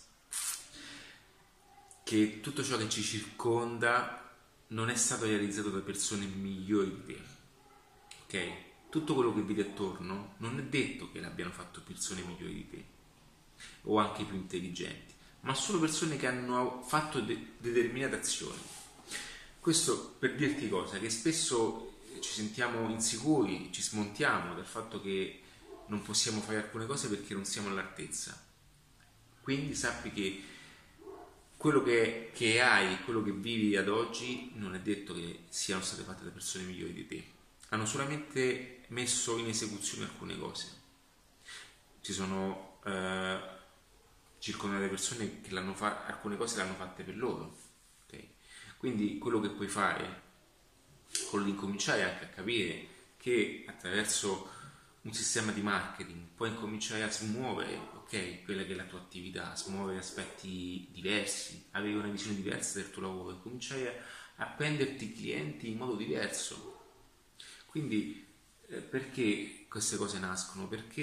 che tutto ciò che ci circonda non è stato realizzato da persone migliori di te, ok? Tutto quello che vedi attorno non è detto che l'abbiano fatto persone migliori di te o anche più intelligenti, ma solo persone che hanno fatto de- determinate azioni. Questo per dirti cosa, che spesso ci sentiamo insicuri, ci smontiamo dal fatto che non possiamo fare alcune cose perché non siamo all'altezza. Quindi sappi che quello che, che hai, quello che vivi ad oggi non è detto che siano state fatte da persone migliori di te. Hanno solamente messo in esecuzione alcune cose. Ci sono eh, circondate persone che l'hanno fa- alcune cose le hanno fatte per loro. Okay? Quindi quello che puoi fare con l'incominciare anche a capire che attraverso un sistema di marketing puoi incominciare a smuovere, ok, quella che è la tua attività, smuovere aspetti diversi, avere una visione diversa del tuo lavoro, cominciare a prenderti clienti in modo diverso. Quindi eh, perché queste cose nascono? Perché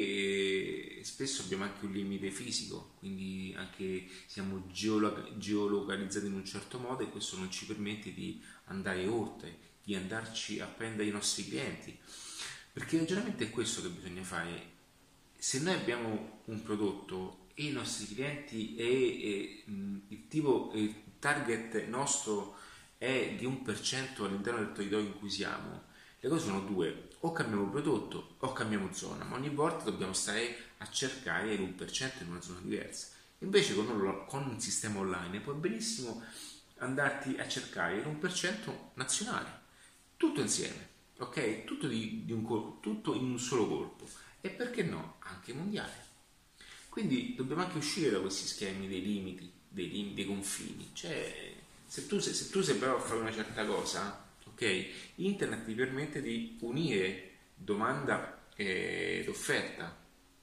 eh, spesso abbiamo anche un limite fisico, quindi anche siamo geolo- geolocalizzati in un certo modo e questo non ci permette di andare oltre, di andarci a prendere i nostri clienti. Perché il ragionamento è questo che bisogna fare. Se noi abbiamo un prodotto e i nostri clienti e, e mh, il tipo, il target nostro è di un per cento all'interno del territorio in cui siamo, le cose sono due: o cambiamo prodotto o cambiamo zona, ma ogni volta dobbiamo stare a cercare l'uno per cento in una zona diversa. Invece con un, con un sistema online puoi benissimo andarti a cercare l'uno per cento nazionale, tutto insieme, ok? Tutto, di, di un col- tutto in un solo colpo, e perché no anche mondiale. Quindi dobbiamo anche uscire da questi schemi dei limiti, dei, lim- dei confini. Cioè, se tu, se, se tu sei bravo a fare una certa cosa, ok, internet ti permette di unire domanda ed offerta.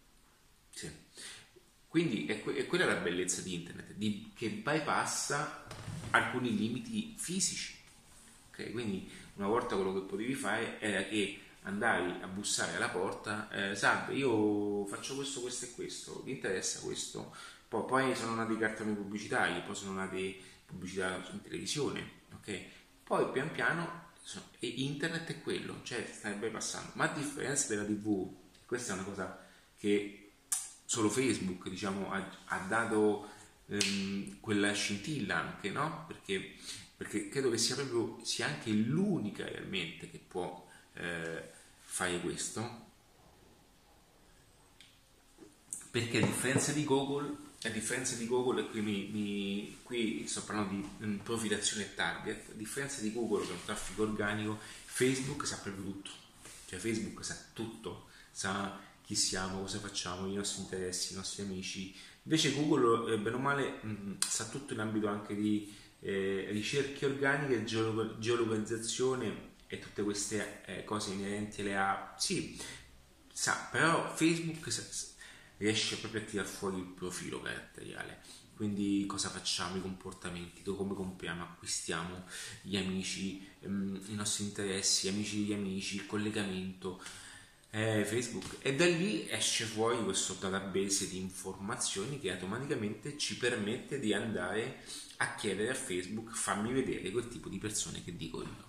Sì. Quindi è, que- è quella la bellezza di internet, di- che bypassa alcuni limiti fisici. Ok, quindi una volta quello che potevi fare era che andavi a bussare alla porta, eh, salve, io faccio questo, questo e questo, vi interessa questo? Poi, poi sono nati i cartoni pubblicitari, poi sono nate pubblicità in televisione, ok? Poi pian piano so- e internet è quello, cioè stai bypassando, ma a differenza della tivù, questa è una cosa che solo Facebook, diciamo, ha, ha dato ehm, quella scintilla anche, no? Perché, perché credo che sia proprio sia anche l'unica realmente che può eh, fare questo, perché a differenza di Google a differenza di Google, e qui, mi, mi, qui sto parlando di um, profilazione e target, a differenza di Google che è un traffico organico, Facebook sa proprio tutto, cioè Facebook sa tutto, sa chi siamo, cosa facciamo, i nostri interessi, i nostri amici. Invece Google, eh, bene o male, mh, sa tutto in ambito anche di eh, ricerche organiche, geolo- geolocalizzazione e tutte queste eh, cose inerenti alle app. Sì, sa, però Facebook sa, riesce proprio a tirar fuori il profilo caratteriale, quindi cosa facciamo, i comportamenti, come compriamo, acquistiamo, gli amici, ehm, i nostri interessi, gli amici degli amici, il collegamento, eh, Facebook, e da lì esce fuori questo database di informazioni che automaticamente ci permette di andare a chiedere a Facebook: fammi vedere quel tipo di persone che dico io.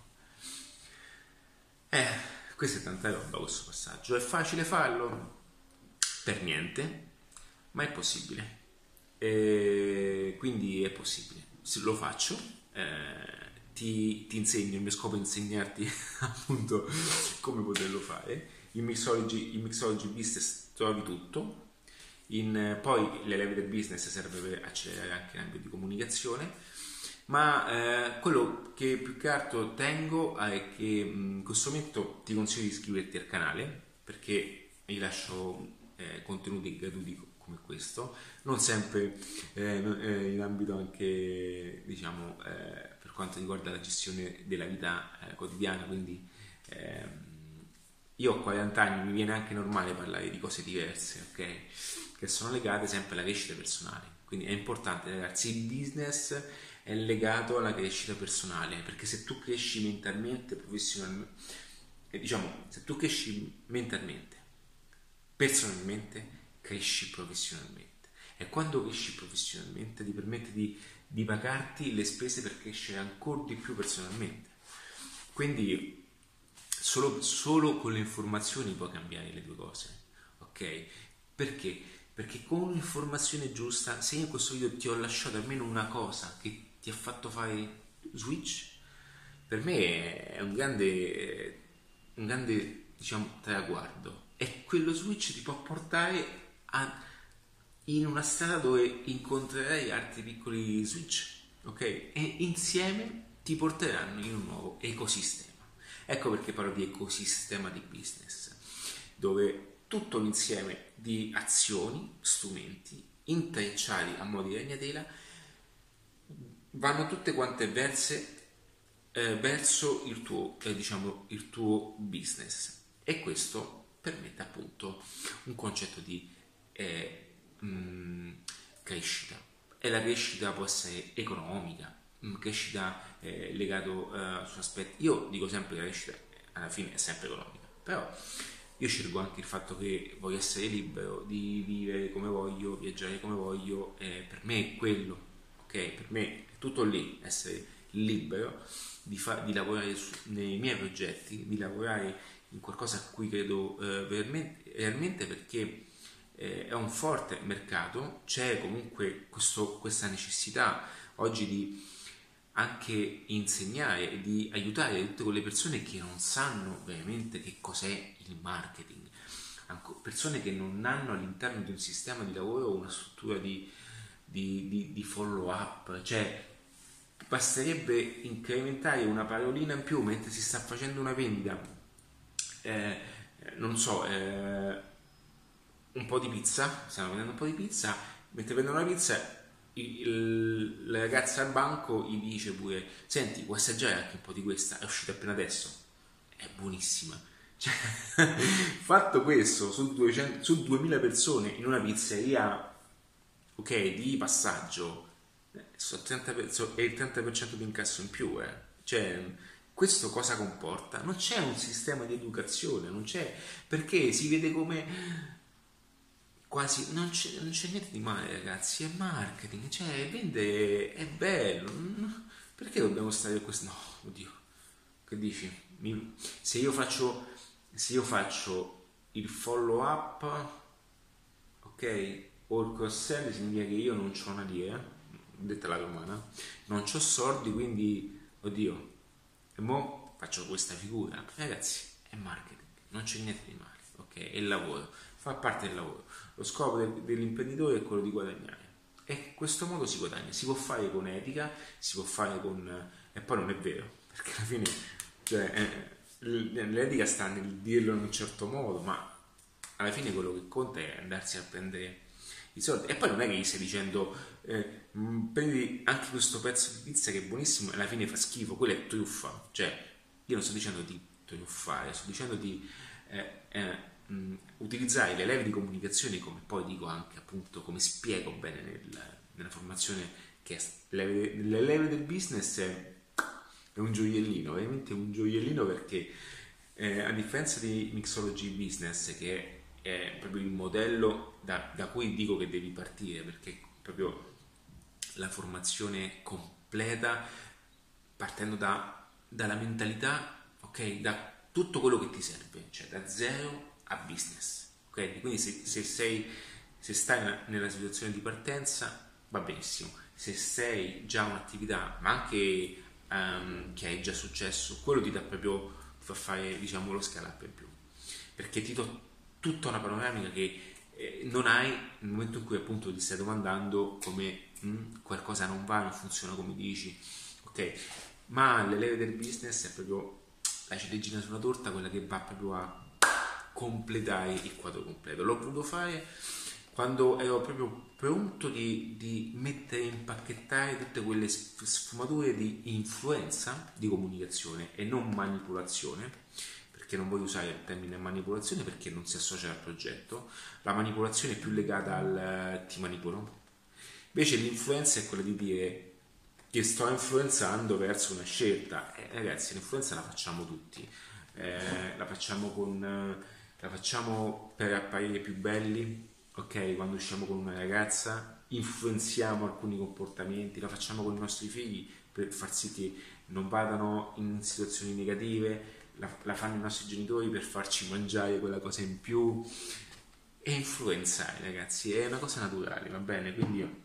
Eh, questa è tanta roba, questo passaggio. È facile farlo? Per niente, ma è possibile. E quindi è possibile. Se lo faccio, eh, ti, ti insegno, il mio scopo è insegnarti appunto come poterlo fare. In Mixology, in Mixology Business trovi tutto. In, poi l'Elevator Business serve per accelerare anche l'ambito di comunicazione. Ma eh, quello che più che altro tengo è che in questo momento ti consiglio di iscriverti al canale, perché vi lascio eh, contenuti gratuiti come questo, non sempre eh, in ambito anche, diciamo, eh, per quanto riguarda la gestione della vita eh, quotidiana. Quindi eh, io ho quaranta anni, mi viene anche normale parlare di cose diverse, ok? Che sono legate sempre alla crescita personale. Quindi è importante, ragazzi, il business è legato alla crescita personale, perché se tu cresci mentalmente, professionalmente, eh, diciamo, se tu cresci mentalmente, personalmente, cresci professionalmente, e quando cresci professionalmente ti permette di, di pagarti le spese per crescere ancora di più personalmente. Quindi solo, solo con le informazioni puoi cambiare le due cose, ok? Perché? Perché con l'informazione giusta, se io in questo video ti ho lasciato almeno una cosa che ti ha fatto fare switch, per me è un grande, un grande, diciamo, traguardo. E quello switch ti può portare a, in una strada dove incontrerai altri piccoli switch, ok? E insieme ti porteranno in un nuovo ecosistema. Ecco perché parlo di ecosistema di business, dove tutto l'insieme di azioni, strumenti intrecciati a mo' di ragnatela vanno tutte quante verse, eh, verso il tuo, eh, diciamo, il tuo business, e questo permette appunto un concetto di eh, mh, crescita. E la crescita può essere economica, mh, crescita eh, legato eh, su aspetti. Io dico sempre che la crescita alla fine è sempre economica, però io scelgo anche il fatto che voglio essere libero di vivere come voglio, viaggiare come voglio, e per me è quello, ok? Per me è tutto lì, essere libero di, fa- di lavorare su- nei miei progetti, di lavorare in qualcosa a cui credo eh, veramente, realmente, perché eh, è un forte mercato, c'è comunque questo, questa necessità oggi di anche insegnare e di aiutare tutte quelle persone che non sanno veramente che cos'è il marketing, persone che non hanno all'interno di un sistema di lavoro una struttura di, di, di, di follow up. Cioè basterebbe incrementare una parolina in più mentre si sta facendo una vendita, eh, non so, eh, un po' di pizza, stanno vendendo un po' di pizza, mentre vendono la pizza il, la ragazza al banco gli dice pure: senti, puoi assaggiare anche un po' di questa, è uscita appena adesso, è buonissima. Cioè, fatto questo su, duecento, su duemila persone in una pizzeria, ok, di passaggio, eh, so trenta per cento, è il trenta per cento di incasso in più, eh. Cioè, questo cosa comporta? Non c'è un sistema di educazione, non c'è, perché si vede come quasi non c'è, non c'è niente di male, ragazzi, è marketing, cioè vendere è bello, perché dobbiamo stare a questo? No, oddio, che dici? Mi, se io faccio se io faccio il follow up, ok, o il cross sell, significa che io non c'ho una lira, detta la romana, non c'ho soldi, quindi oddio, e mo faccio questa figura. Ragazzi, è marketing, non c'è niente di male, ok, è il lavoro, fa parte del lavoro. Lo scopo del, dell'imprenditore è quello di guadagnare, e in questo modo si guadagna, si può fare con etica, si può fare con... e poi non è vero, perché alla fine cioè, eh, l'etica sta nel dirlo in un certo modo, ma alla fine quello che conta è andarsi a prendere i soldi. E poi non è che gli stai dicendo eh, mh, prendi anche questo pezzo di pizza che è buonissimo e alla fine fa schifo, quella è truffa. Cioè io non sto dicendo di truffare, sto dicendo di eh, eh, mh, utilizzare le leve di comunicazione, come poi dico anche appunto, come spiego bene nel, nella formazione, che è le, le leve del business è, è un gioiellino, veramente un gioiellino, perché eh, a differenza di Mixology Business, che è è proprio il modello da, da cui dico che devi partire, perché è proprio la formazione completa, partendo da, dalla mentalità, ok, da tutto quello che ti serve, cioè da zero a business, ok? Quindi se, se sei se stai nella situazione di partenza va benissimo, se sei già un'attività ma anche um, che hai già successo, quello ti dà proprio, ti fa fare, diciamo, lo scale up in più, perché ti do tutta una panoramica che eh, non hai nel momento in cui appunto ti stai domandando come mh, qualcosa non va, non funziona come dici, ok? Ma le leve del business è proprio la ciliegina sulla torta, quella che va proprio a completare il quadro completo. L'ho voluto fare quando ero proprio pronto di, di mettere, impacchettare tutte quelle sfumature di influenza di comunicazione e non manipolazione, perché non voglio usare il termine manipolazione perché non si associa al progetto. La manipolazione è più legata al ti manipolo, invece l'influenza è quella di dire che sto influenzando verso una scelta. Eh, ragazzi, l'influenza la facciamo tutti, eh, la facciamo con la facciamo per apparire più belli, ok? Quando usciamo con una ragazza influenziamo alcuni comportamenti, la facciamo con i nostri figli per far sì che non vadano in situazioni negative, la, la fanno i nostri genitori per farci mangiare quella cosa in più. E influenzare, ragazzi, è una cosa naturale, va bene? Quindi io...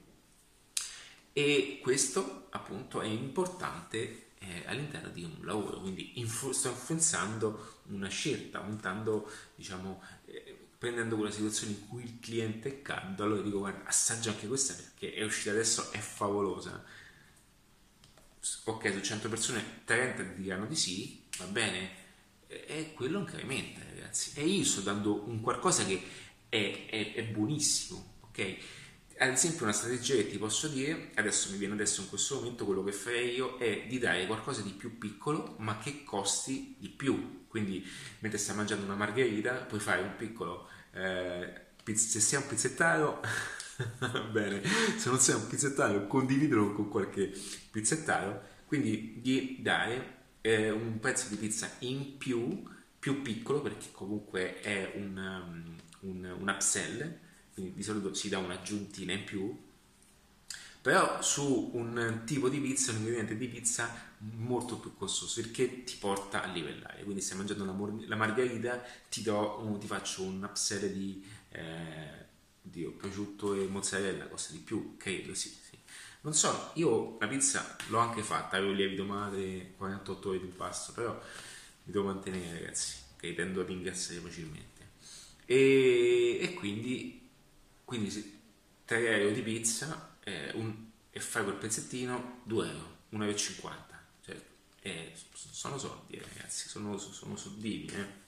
e questo appunto è importante eh, all'interno di un lavoro, quindi influ- sto influenzando una scelta, montando, diciamo, eh, prendendo quella situazione in cui il cliente è caldo, allora dico guarda, assaggia anche questa perché è uscita adesso, è favolosa. Ok, su cento persone trenta ti diranno di sì, va bene, e quello incrementa, ragazzi, e io sto dando un qualcosa che è, è, è buonissimo, ok? Ad esempio una strategia che ti posso dire, adesso mi viene adesso in questo momento, quello che farei io è di dare qualcosa di più piccolo ma che costi di più. Quindi mentre stai mangiando una margherita puoi fare un piccolo eh, pizz- se sei un pizzettaro bene, se non sei un pizzettaro condividilo con qualche pizzettaro, quindi di dare eh, un pezzo di pizza in più, più piccolo, perché comunque è un, um, un, un upsell, quindi di solito si dà un'aggiuntina in più, però su un tipo di pizza, un ingrediente di pizza molto più costoso, perché ti porta a livellare. Quindi stai mangiando la, mor- la margherita, ti, do un, ti faccio un upsell di eh, Dio, prosciutto e mozzarella, costa di più, credo, sì, sì. Non so, io la pizza l'ho anche fatta, avevo il lievito madre, quarantotto ore di impasto, però mi devo mantenere, ragazzi, che tendo a ringraziare facilmente. E, e quindi, quindi tre euro di pizza eh, un, e fai quel pezzettino due euro, uno e cinquanta euro. Cioè, eh, sono soldi, eh, ragazzi, sono, sono soldini, eh.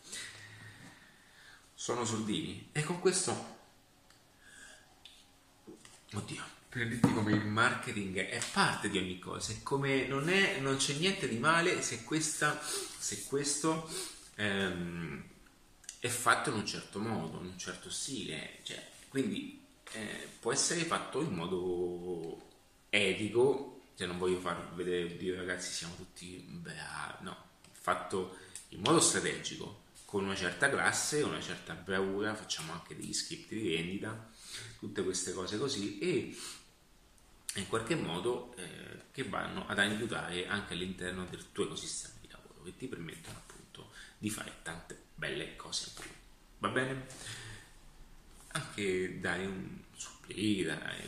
Sono soldini. E con questo, oddio, per dirti come il marketing è parte di ogni cosa, è come non, è, non c'è niente di male se, questa, se questo ehm, è fatto in un certo modo, in un certo stile, cioè, quindi eh, può essere fatto in modo etico, cioè non voglio far vedere, oddio ragazzi siamo tutti bravi, no, fatto in modo strategico, con una certa classe, una certa bravura, facciamo anche degli script di vendita, tutte queste cose così, e in qualche modo eh, che vanno ad aiutare anche all'interno del tuo ecosistema di lavoro, che ti permettono appunto di fare tante belle cose in più. Va bene? Anche dare un supplire, dare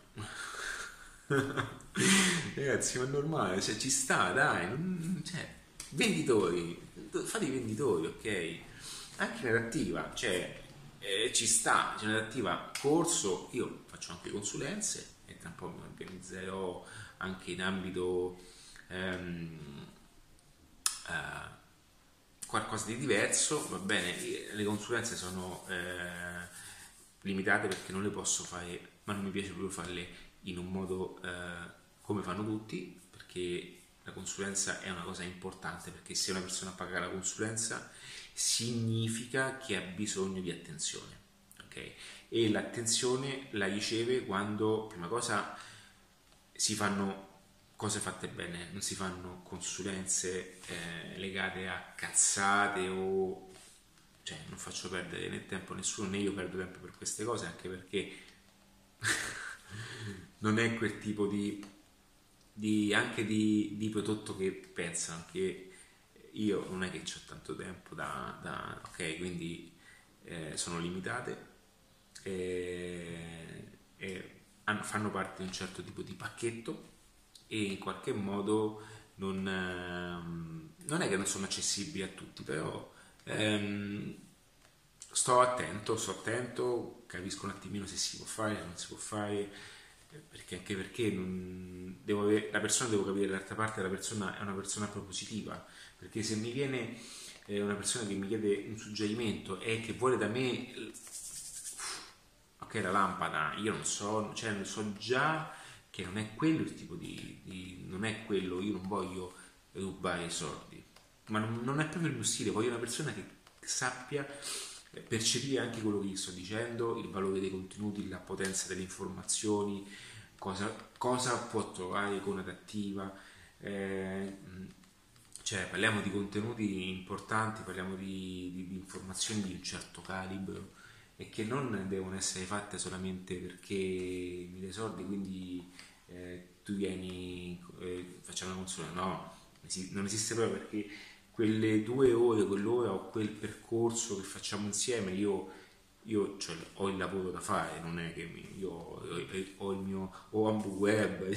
un... ragazzi, ma è normale, cioè ci sta, dai, non, cioè, venditori, fate i venditori, ok? Anche narrativa, cioè eh, ci sta, c'è narrativa corso, io faccio anche consulenze, tra un po' mi organizzerò anche in ambito ehm, eh, qualcosa di diverso, va bene, le consulenze sono eh, limitate perché non le posso fare, ma non mi piace proprio farle in un modo eh, come fanno tutti, perché la consulenza è una cosa importante, perché se una persona paga la consulenza significa che ha bisogno di attenzione, ok? E l'attenzione la riceve quando, prima cosa, si fanno cose fatte bene, non si fanno consulenze eh, legate a cazzate o, cioè, non faccio perdere né tempo a nessuno, né io perdo tempo per queste cose, anche perché non è quel tipo di, di anche di, di prodotto che pensano, che io non è che ho tanto tempo da, da ok, quindi eh, sono limitate e, e hanno- fanno parte di un certo tipo di pacchetto e in qualche modo non, ehm, non è che non sono accessibili a tutti, però ehm, sto attento, sto attento, capisco un attimino se si può fare, se non si può fare, eh, perché anche perché non, devo avere, la persona, devo capire dall'altra parte, la persona è una persona propositiva, perché se mi viene eh, una persona che mi chiede un suggerimento e che vuole da me, ok, la lampada, io non so, cioè so già che non è quello il tipo di, di- non è quello, io non voglio rubare i soldi, ma non, non è proprio il mio stile, voglio una persona che sappia percepire anche quello che gli sto dicendo, il valore dei contenuti, la potenza delle informazioni, cosa, cosa può trovare con adattiva, eh, cioè parliamo di contenuti importanti, parliamo di, di- di informazioni di un certo calibro e che non devono essere fatte solamente perché mi dai soldi, quindi eh, tu vieni, eh, facciamo una consulenza, no, esi- non esiste proprio, perché quelle due ore, quell'ora o quel percorso che facciamo insieme, io, io cioè, ho il lavoro da fare, non è che mi- io ho, ho il mio ho AmbuWeb,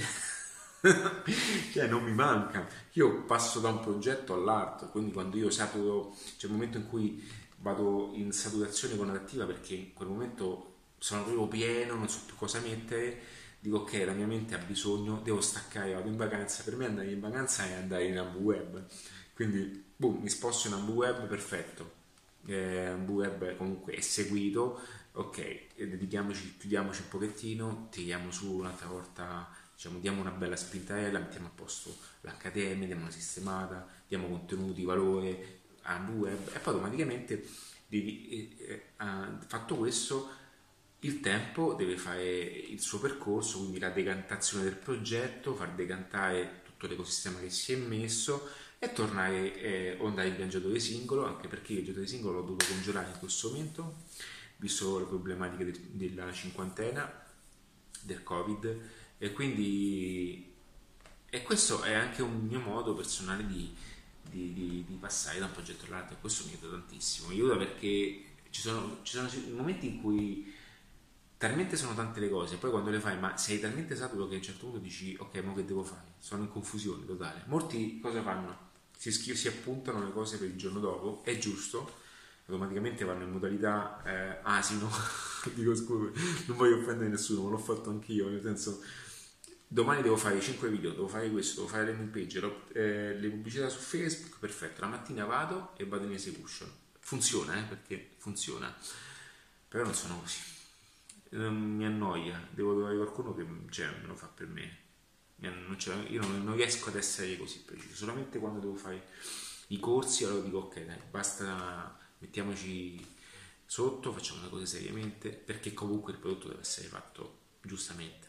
cioè non mi manca, io passo da un progetto all'altro, quindi quando io saturo, c'è il momento in cui vado in saturazione con adattiva perché in quel momento sono proprio pieno, non so più cosa mettere, dico ok, la mia mente ha bisogno, devo staccare, vado in vacanza, per me andare in vacanza è andare in AmbuWeb, quindi boom, mi sposto in AmbuWeb, perfetto, eh, AmbuWeb comunque è seguito, ok, e dedichiamoci, chiudiamoci un pochettino, tiriamo su un'altra volta, diciamo, diamo una bella spintarella, mettiamo a posto l'accademia, diamo una sistemata, diamo contenuti, valore a AmbuWeb e poi automaticamente devi, eh, eh, fatto questo, il tempo deve fare il suo percorso, quindi la decantazione del progetto, far decantare tutto l'ecosistema che si è messo e tornare eh, o andare in viaggiatore singolo, anche perché il viaggiatore singolo l'ho dovuto congelare in questo momento, visto le problematiche de- della cinquantena, del Covid, e quindi e questo è anche un mio modo personale di, di- di- di passare da un progetto all'altro, e questo mi aiuta tantissimo, mi aiuta perché ci sono, ci sono momenti in cui talmente sono tante le cose, poi quando le fai, ma sei talmente saturo che a un certo punto dici ok, ma che devo fare? Sono in confusione totale. Molti cosa fanno? Si, schi- si appuntano le cose per il giorno dopo, è giusto, automaticamente vanno in modalità eh, asino, dico scusa, non voglio offendere nessuno, ma l'ho fatto anch'io, nel senso domani devo fare cinque video, devo fare questo, devo fare le landing page, lo- eh, le pubblicità su Facebook, perfetto, la mattina vado e vado in execution. Funziona, eh, perché funziona, però non sono così. Non mi annoia, devo trovare qualcuno che cioè, me lo fa per me. Mi an- non ce la- Io non, non riesco ad essere così preciso, solamente quando devo fare i corsi allora dico ok, dai, basta, mettiamoci sotto, facciamo le cose seriamente, perché comunque il prodotto deve essere fatto giustamente.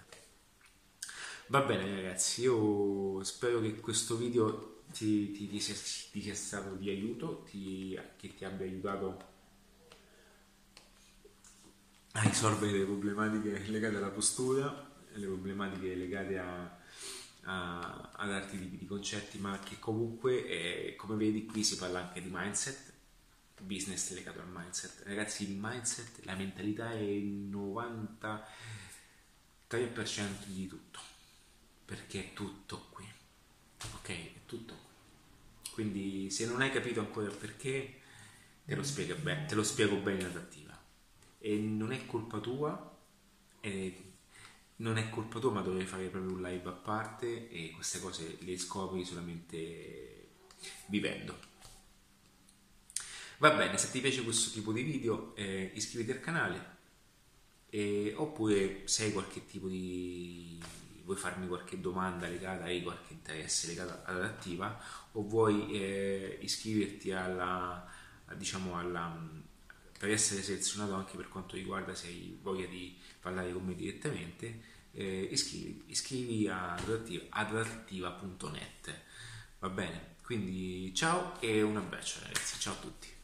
Va bene ragazzi, io spero che questo video ti, ti- ti sia, ti sia stato di aiuto, ti- che ti abbia aiutato a risolvere le problematiche legate alla postura, le problematiche legate a, a- ad altri tipi di concetti, ma che comunque, eh, come vedi, qui si parla anche di mindset, business legato al mindset. Ragazzi, il mindset, la mentalità è il novantatré per cento di tutto, perché è tutto qui, ok? È tutto qui. Quindi se non hai capito ancora il perché, te lo spiego bene, te lo spiego bene in adattiva. E non è colpa tua, e non è colpa tua, ma dovrei fare proprio un live a parte, e queste cose le scopri solamente vivendo. Va bene, se ti piace questo tipo di video, eh, iscriviti al canale, eh, oppure se hai qualche tipo di... vuoi farmi qualche domanda legata, hai qualche interesse legato ad Adattiva, o vuoi eh, iscriverti alla, diciamo alla, per essere selezionato anche per quanto riguarda se hai voglia di parlare con me direttamente, eh, iscrivi, iscrivi ad adattiva punto net. Va bene? Quindi ciao e un abbraccio ragazzi, ciao a tutti.